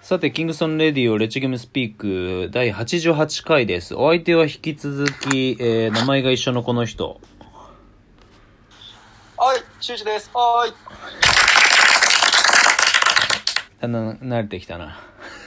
さて、キングソンレディオレッチゲームスピーク第88回です。お相手は引き続き、名前が一緒のこの人。 はい、シュウジです。はーい。 だんだん慣れてきたな。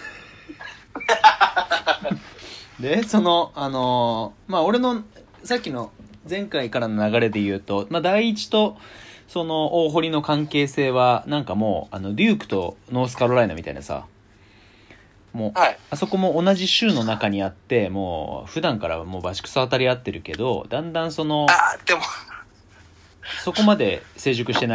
で、俺のさっきの前回からの流れで言うと、第一とその大堀の関係性はなんかもうデュークとノースカロライナみたいなさ、もう、はい、あそこも同じ州の中にあって、もう普段からもうバシクソ当たり合ってるけど、だんだんでもそこまで成熟してない。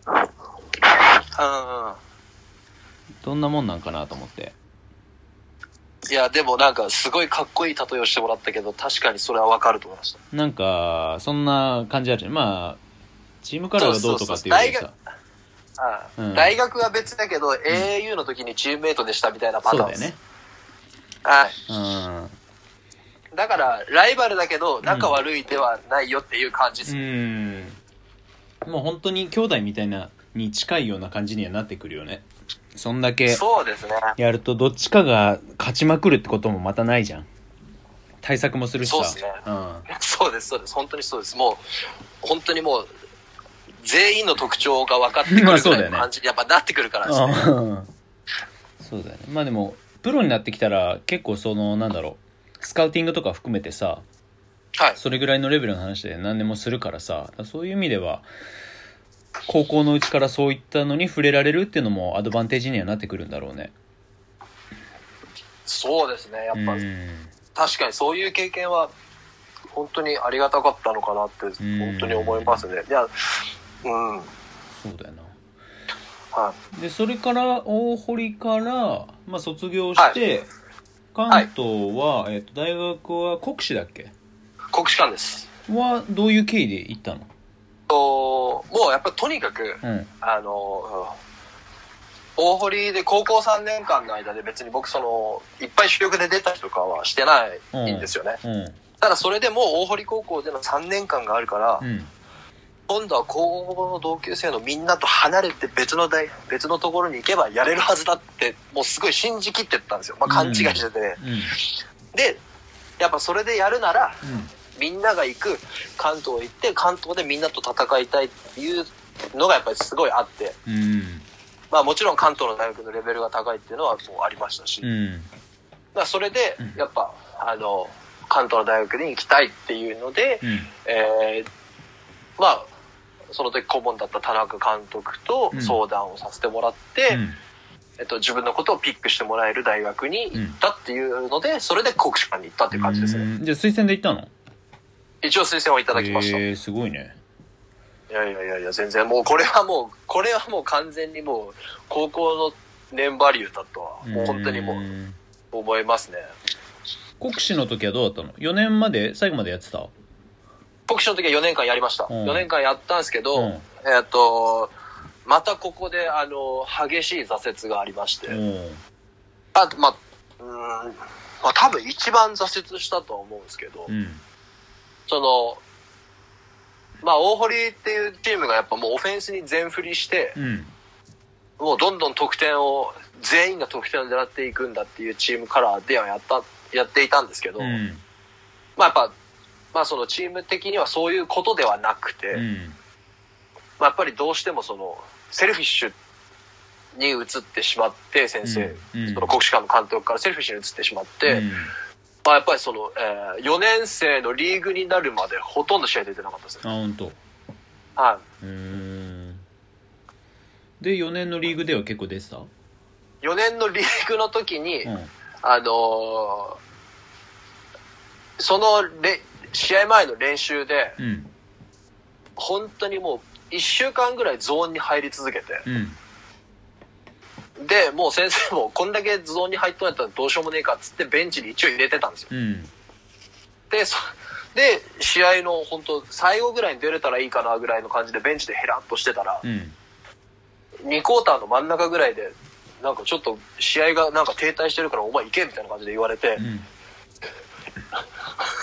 どんなもんなんかなと思って。 いやでもなんかすごいかっこいい例えをしてもらったけど、確かにそれはわかると思いました。 なんかそんな感じあるじゃん。まあチームカラーがどうとかっていうよりさ、 大学は別だけど、AAU の時にチームメイトでしたみたいなパターンです。 そうだよね。 はい。だからライバルだけど仲悪いではないよっていう感じです。 もう本当に兄弟みたいなに近いような感じにはなってくるよね。そんだけやるとどっちかが勝ちまくるってこともまたないじゃん。対策もするしさ。 そうですね。そうですそうです。本当にそうです。もう本当にもう全員の特徴が分かってくるぐらいの感じにやっぱなってくるからですね。 そうだよね。まあでもプロになってきたら結構スカウティングとか含めてさ、 はい、 それぐらいのレベルの話で何でもするからさ、そういう意味では高校のうちからそういったのに触れられるっていうのもアドバンテージにはなってくるんだろうね。 そうですね。やっぱ確かにそういう経験は本当にありがたかったのかなって本当に思いますね。いや、 そうだよな。 はい。 でそれから大堀から、卒業して、関東は、大学は国士だっけ？ 国士舘です。 はどういう経緯で行ったの？ もうやっぱりとにかく、大堀で高校3年間の間で別に僕いっぱい主力で出たりとかはしてないんですよね。ただそれでも大堀高校での3年間があるから、今度は高校の同級生のみんなと離れて別のところに行けばやれるはずだってもうすごい信じきってたんですよ。勘違いしてて、でやっぱそれでやるなら、みんなが行く関東行って関東でみんなと戦いたいっていうのがやっぱりすごいあって、もちろん関東の大学のレベルが高いっていうのはもうありましたし、だからそれでやっぱ関東の大学に行きたいっていうので、その時顧問だった田中監督と相談をさせてもらって、自分のことをピックしてもらえる大学に行ったっていうので、それで国士舘に行ったっていう感じですね。 じゃあ推薦で行ったの？ 一応推薦はいただきました。 すごいね。 いや全然もうこれはもう完全にもう高校の年バリューだとはもう本当にもう思いますね。 国士の時はどうだったの？4年まで最後までやってた？ 国士の時は4年間やりました。4年間やったんですけど、またここで激しい挫折がありまして、多分一番挫折したとは思うんですけど、大堀っていうチームがやっぱもうオフェンスに全振りして、もうどんどん全員が得点を狙っていくんだっていうチームカラーではやっていたんですけど、やっぱそのチーム的にはそういうことではなくて、やっぱりどうしてもセルフィッシュに移ってしまって先生、その国士舘の監督からセルフィッシュに移ってしまって、やっぱり4年生のリーグになるまでほとんど試合出てなかったですね。 本当。 はい。 で4年のリーグでは結構出てた ？4年のリーグの時に、その試合前の練習で、本当にもう1週間ぐらいゾーンに入り続けて、でもう先生もこんだけゾーンに入っとんやったらどうしようもねえかっつってベンチに一応入れてたんですよ。で試合の本当最後ぐらいに出れたらいいかなぐらいの感じでベンチでヘラッとしてたら、2クォーターの真ん中ぐらいでなんかちょっと試合がなんか停滞してるからお前行けみたいな感じで言われて、も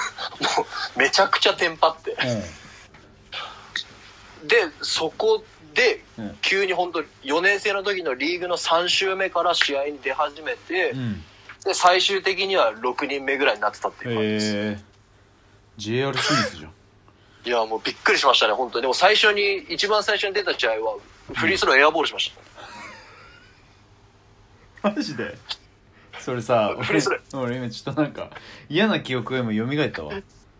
うめちゃくちゃテンパって、でそこで、急に本当4年生の時のリーグの3週目から試合に出始めて、で最終的には6人目ぐらいになってたっていう感じです。 JR スミスじゃん。 いやもうびっくりしましたね本当に。でも一番最初に出た試合はフリースローエアボールしました、 マジで。それさ、俺今ちょっとなんか嫌な記憶が今蘇ったわ。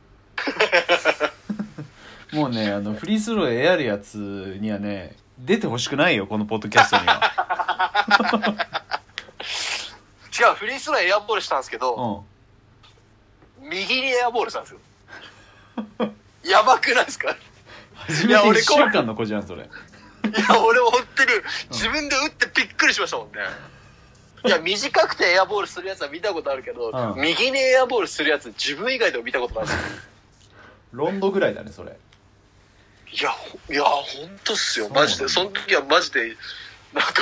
もうね、フリースローエアるやつにはね、出てほしくないよ、このポッドキャストには。 違う、フリースローエアボールしたんですけど、右にエアボールしたんですよ。やばくないですか？ 初めて1週間の子じゃん、それ。いや、 俺も本当に自分で打ってびっくりしましたもんね。いや、短くてエアボールするやつは見たことあるけど、右にエアボールするやつ自分以外でも見たことないですよ。 ロンドぐらいだね、それ。 いや、ほんとっすよ、マジで。その時はマジで、なんか、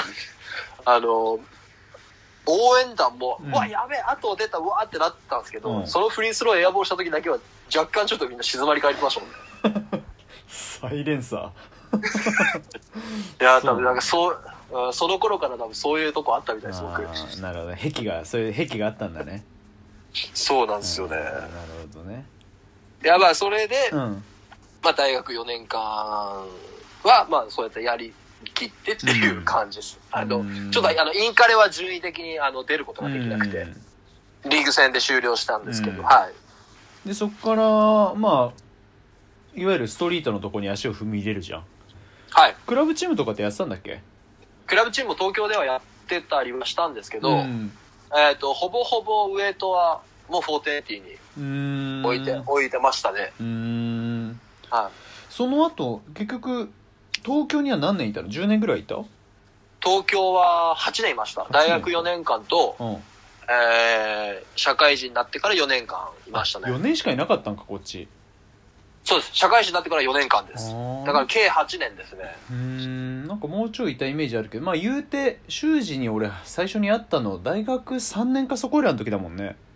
応援団も、うわ、やべえ、後出た、うわーってなってたんですけど、そのフリースローエアボールした時だけは、若干ちょっとみんな静まり返ってましたもんね。 サイレンサー。いや、多分なんかその頃から多分そういうとこあったみたいです、僕。 なるほど、そういう癖があったんだね。 そうなんですよね。なるほどね。 いや、まあ、それで、まあ、大学4年間は、まあ、そうやってやりきってっていう感じです。ちょっと、インカレは順位的に、出ることができなくて、リーグ戦で終了したんですけど、はい。 で、そこから、まあ、いわゆるストリートのとこに足を踏み入れるじゃん。 はい。 クラブチームとかってやってたんだっけ？ クラブチームも東京ではやってたりはしたんですけど、ほぼほぼウエイトはもう420に置いてましたね。 はい。その後結局東京には何年いたの？10年ぐらいいた？ 東京は8年いました。大学4年間と、社会人になってから4年間いましたね。 4年しかいなかったんか、こっち。 そうです。社会人になってから4年間です。だから計8年ですね。 なんかもうちょいいたイメージあるけど、まあ言うて修二に俺最初に会ったの大学3年かそこらの時だもんね。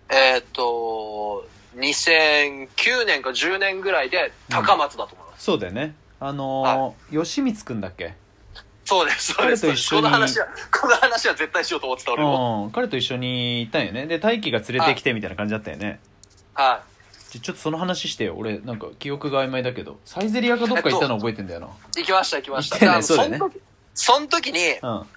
2009年か10年ぐらいで高松だと思います。 そうだよね。吉光くんだっけ？ そうです、そうです。 彼と一緒にこの話は絶対しようと思ってた俺も。 彼と一緒にいたんよね。で、大輝が連れてきてみたいな感じだったよね。 はい。 ちょっとその話してよ。俺なんか記憶が曖昧だけど、サイゼリアかどっか行ったの覚えてんだよな。 行きました。 行ってね、そうだよね。 その時に、でも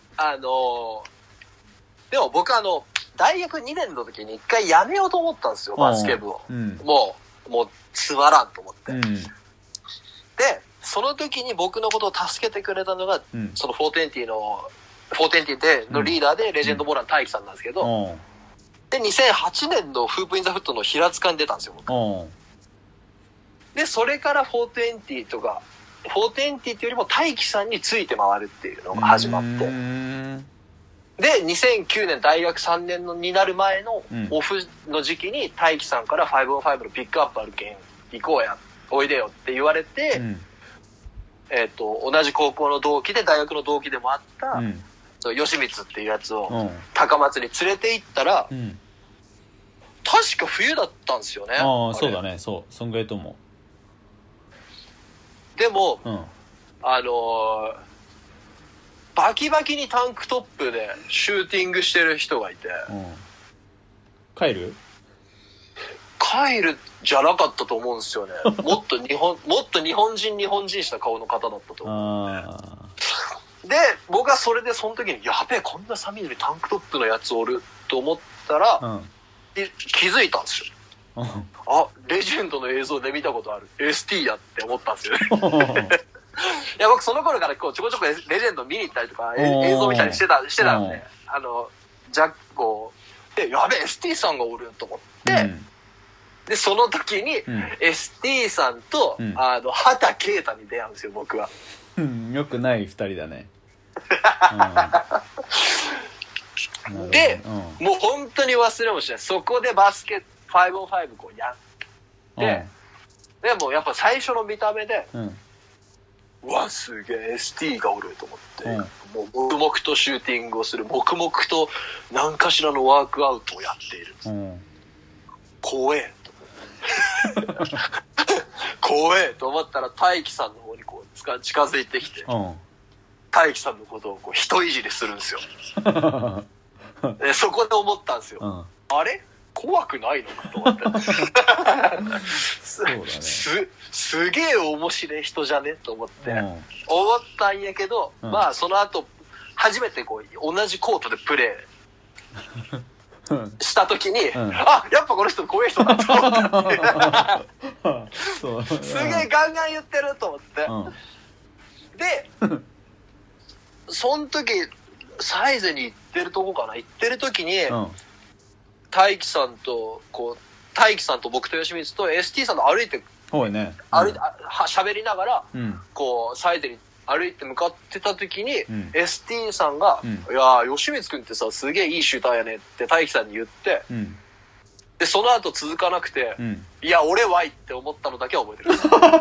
僕大学2年の時に一回やめようと思ったんですよ、バスケ部を。もうつまらんと思って。で、その時に僕のことを助けてくれたのが、その420のリーダーでレジェンドモラン大輝さんなんですけど、で、2008年のフープインザフットの平塚に出たんですよ、僕。で、それから420とか、420っていうよりも大輝さんについて回るっていうのが始まって。で、2009年大学3年になる前のオフの時期に大輝さんから5on5のピックアップあるけん行こうや、おいでよって言われて、同じ高校の同期で大学の同期でもあった、吉光っていうやつを高松に連れて行ったら、確か冬だったんですよね。 そうだね、そんぐらいと思う。でも、バキバキにタンクトップでシューティングしてる人がいて、 帰るじゃなかったと思うんですよね。もっと日本人した顔の方だったと思う。で、僕はその時に、やべえ、こんな寒いのにタンクトップのやつおると思ったら、気づいたんですよ。レジェンドの映像で見たことある。ST やって思ったんですよね。いや、僕その頃からちょこちょこレジェンド見に行ったりとか、映像見たりしてたんで、ジャッコで、やべえ、ST さんがおると思って、で、その時に、ST さんと、畑啓太に出会うんですよ、僕は。 よくない二人だね。 で、もう本当に忘れもしない。そこでバスケ 5on5 こうやって、でもやっぱ最初の見た目で、うわ、すげえ ST がおると思って、もう黙々とシューティングをする、黙々と何かしらのワークアウトをやっている。怖えと思って。 怖えと思ったら大輝さんの方にこう近づいてきて、大輝さんのことをこう人いじりするんですよ。そこで思ったんですよ。あれ怖くないのかと思って。 そうだね。 すげえ面白い人じゃねと思って、思ったんやけど、まあその後初めてこう同じコートでプレーした時に、あ、やっぱこの人怖い人だと思って。すげえガンガン言ってると思って。で、その時サイゼに行ってるとこかな、行ってる時に、大輝さんと大輝さんと僕と吉光と ST さんと歩いて喋りながら、こうサイゼに歩いて向かってた時に、ST さんが、いや吉光くんってさすげえいいシューターやねって大輝さんに言って、でその後続かなくて、いや俺はいって思ったのだけは覚えてる。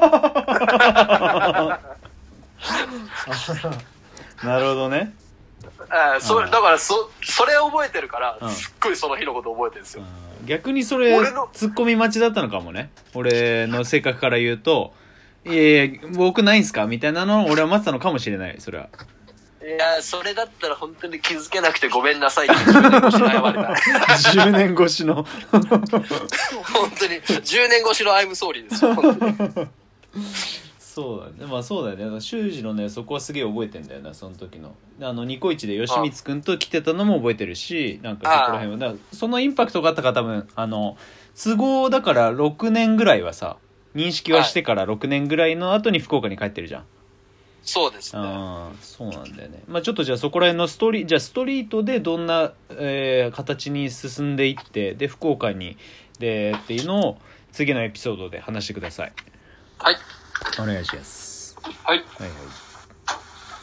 なるほどね。 だからそれ覚えてるから、すっごいその日のこと覚えてるんですよ。 逆にそれツッコミ待ちだったのかもね。俺の性格から言うと、僕ないんすかみたいなのを俺は待ってたのかもしれない。それは。 いやそれだったら本当に気づけなくてごめんなさいって10年越しの謝れた。 10年越しの本当に10年越しのアイムソーリーですよ。本当に。 そうだね。まあそうだよね。修二のね、そこはすげえ覚えてんだよな、その時の。ニコイチで吉光くんと来てたのも覚えてるし、なんかそこら辺は。だからそのインパクトがあったから多分、都合だから6年ぐらいはさ、認識はしてから6年ぐらいの後に福岡に帰ってるじゃん。 そうですね。 そうなんだよね。まあちょっとじゃあそこら辺のストリートでどんな、形に進んでいって、で、福岡に、で、っていうのを次のエピソードで話してください。 はい。 お願いします。 はい。 はいはい。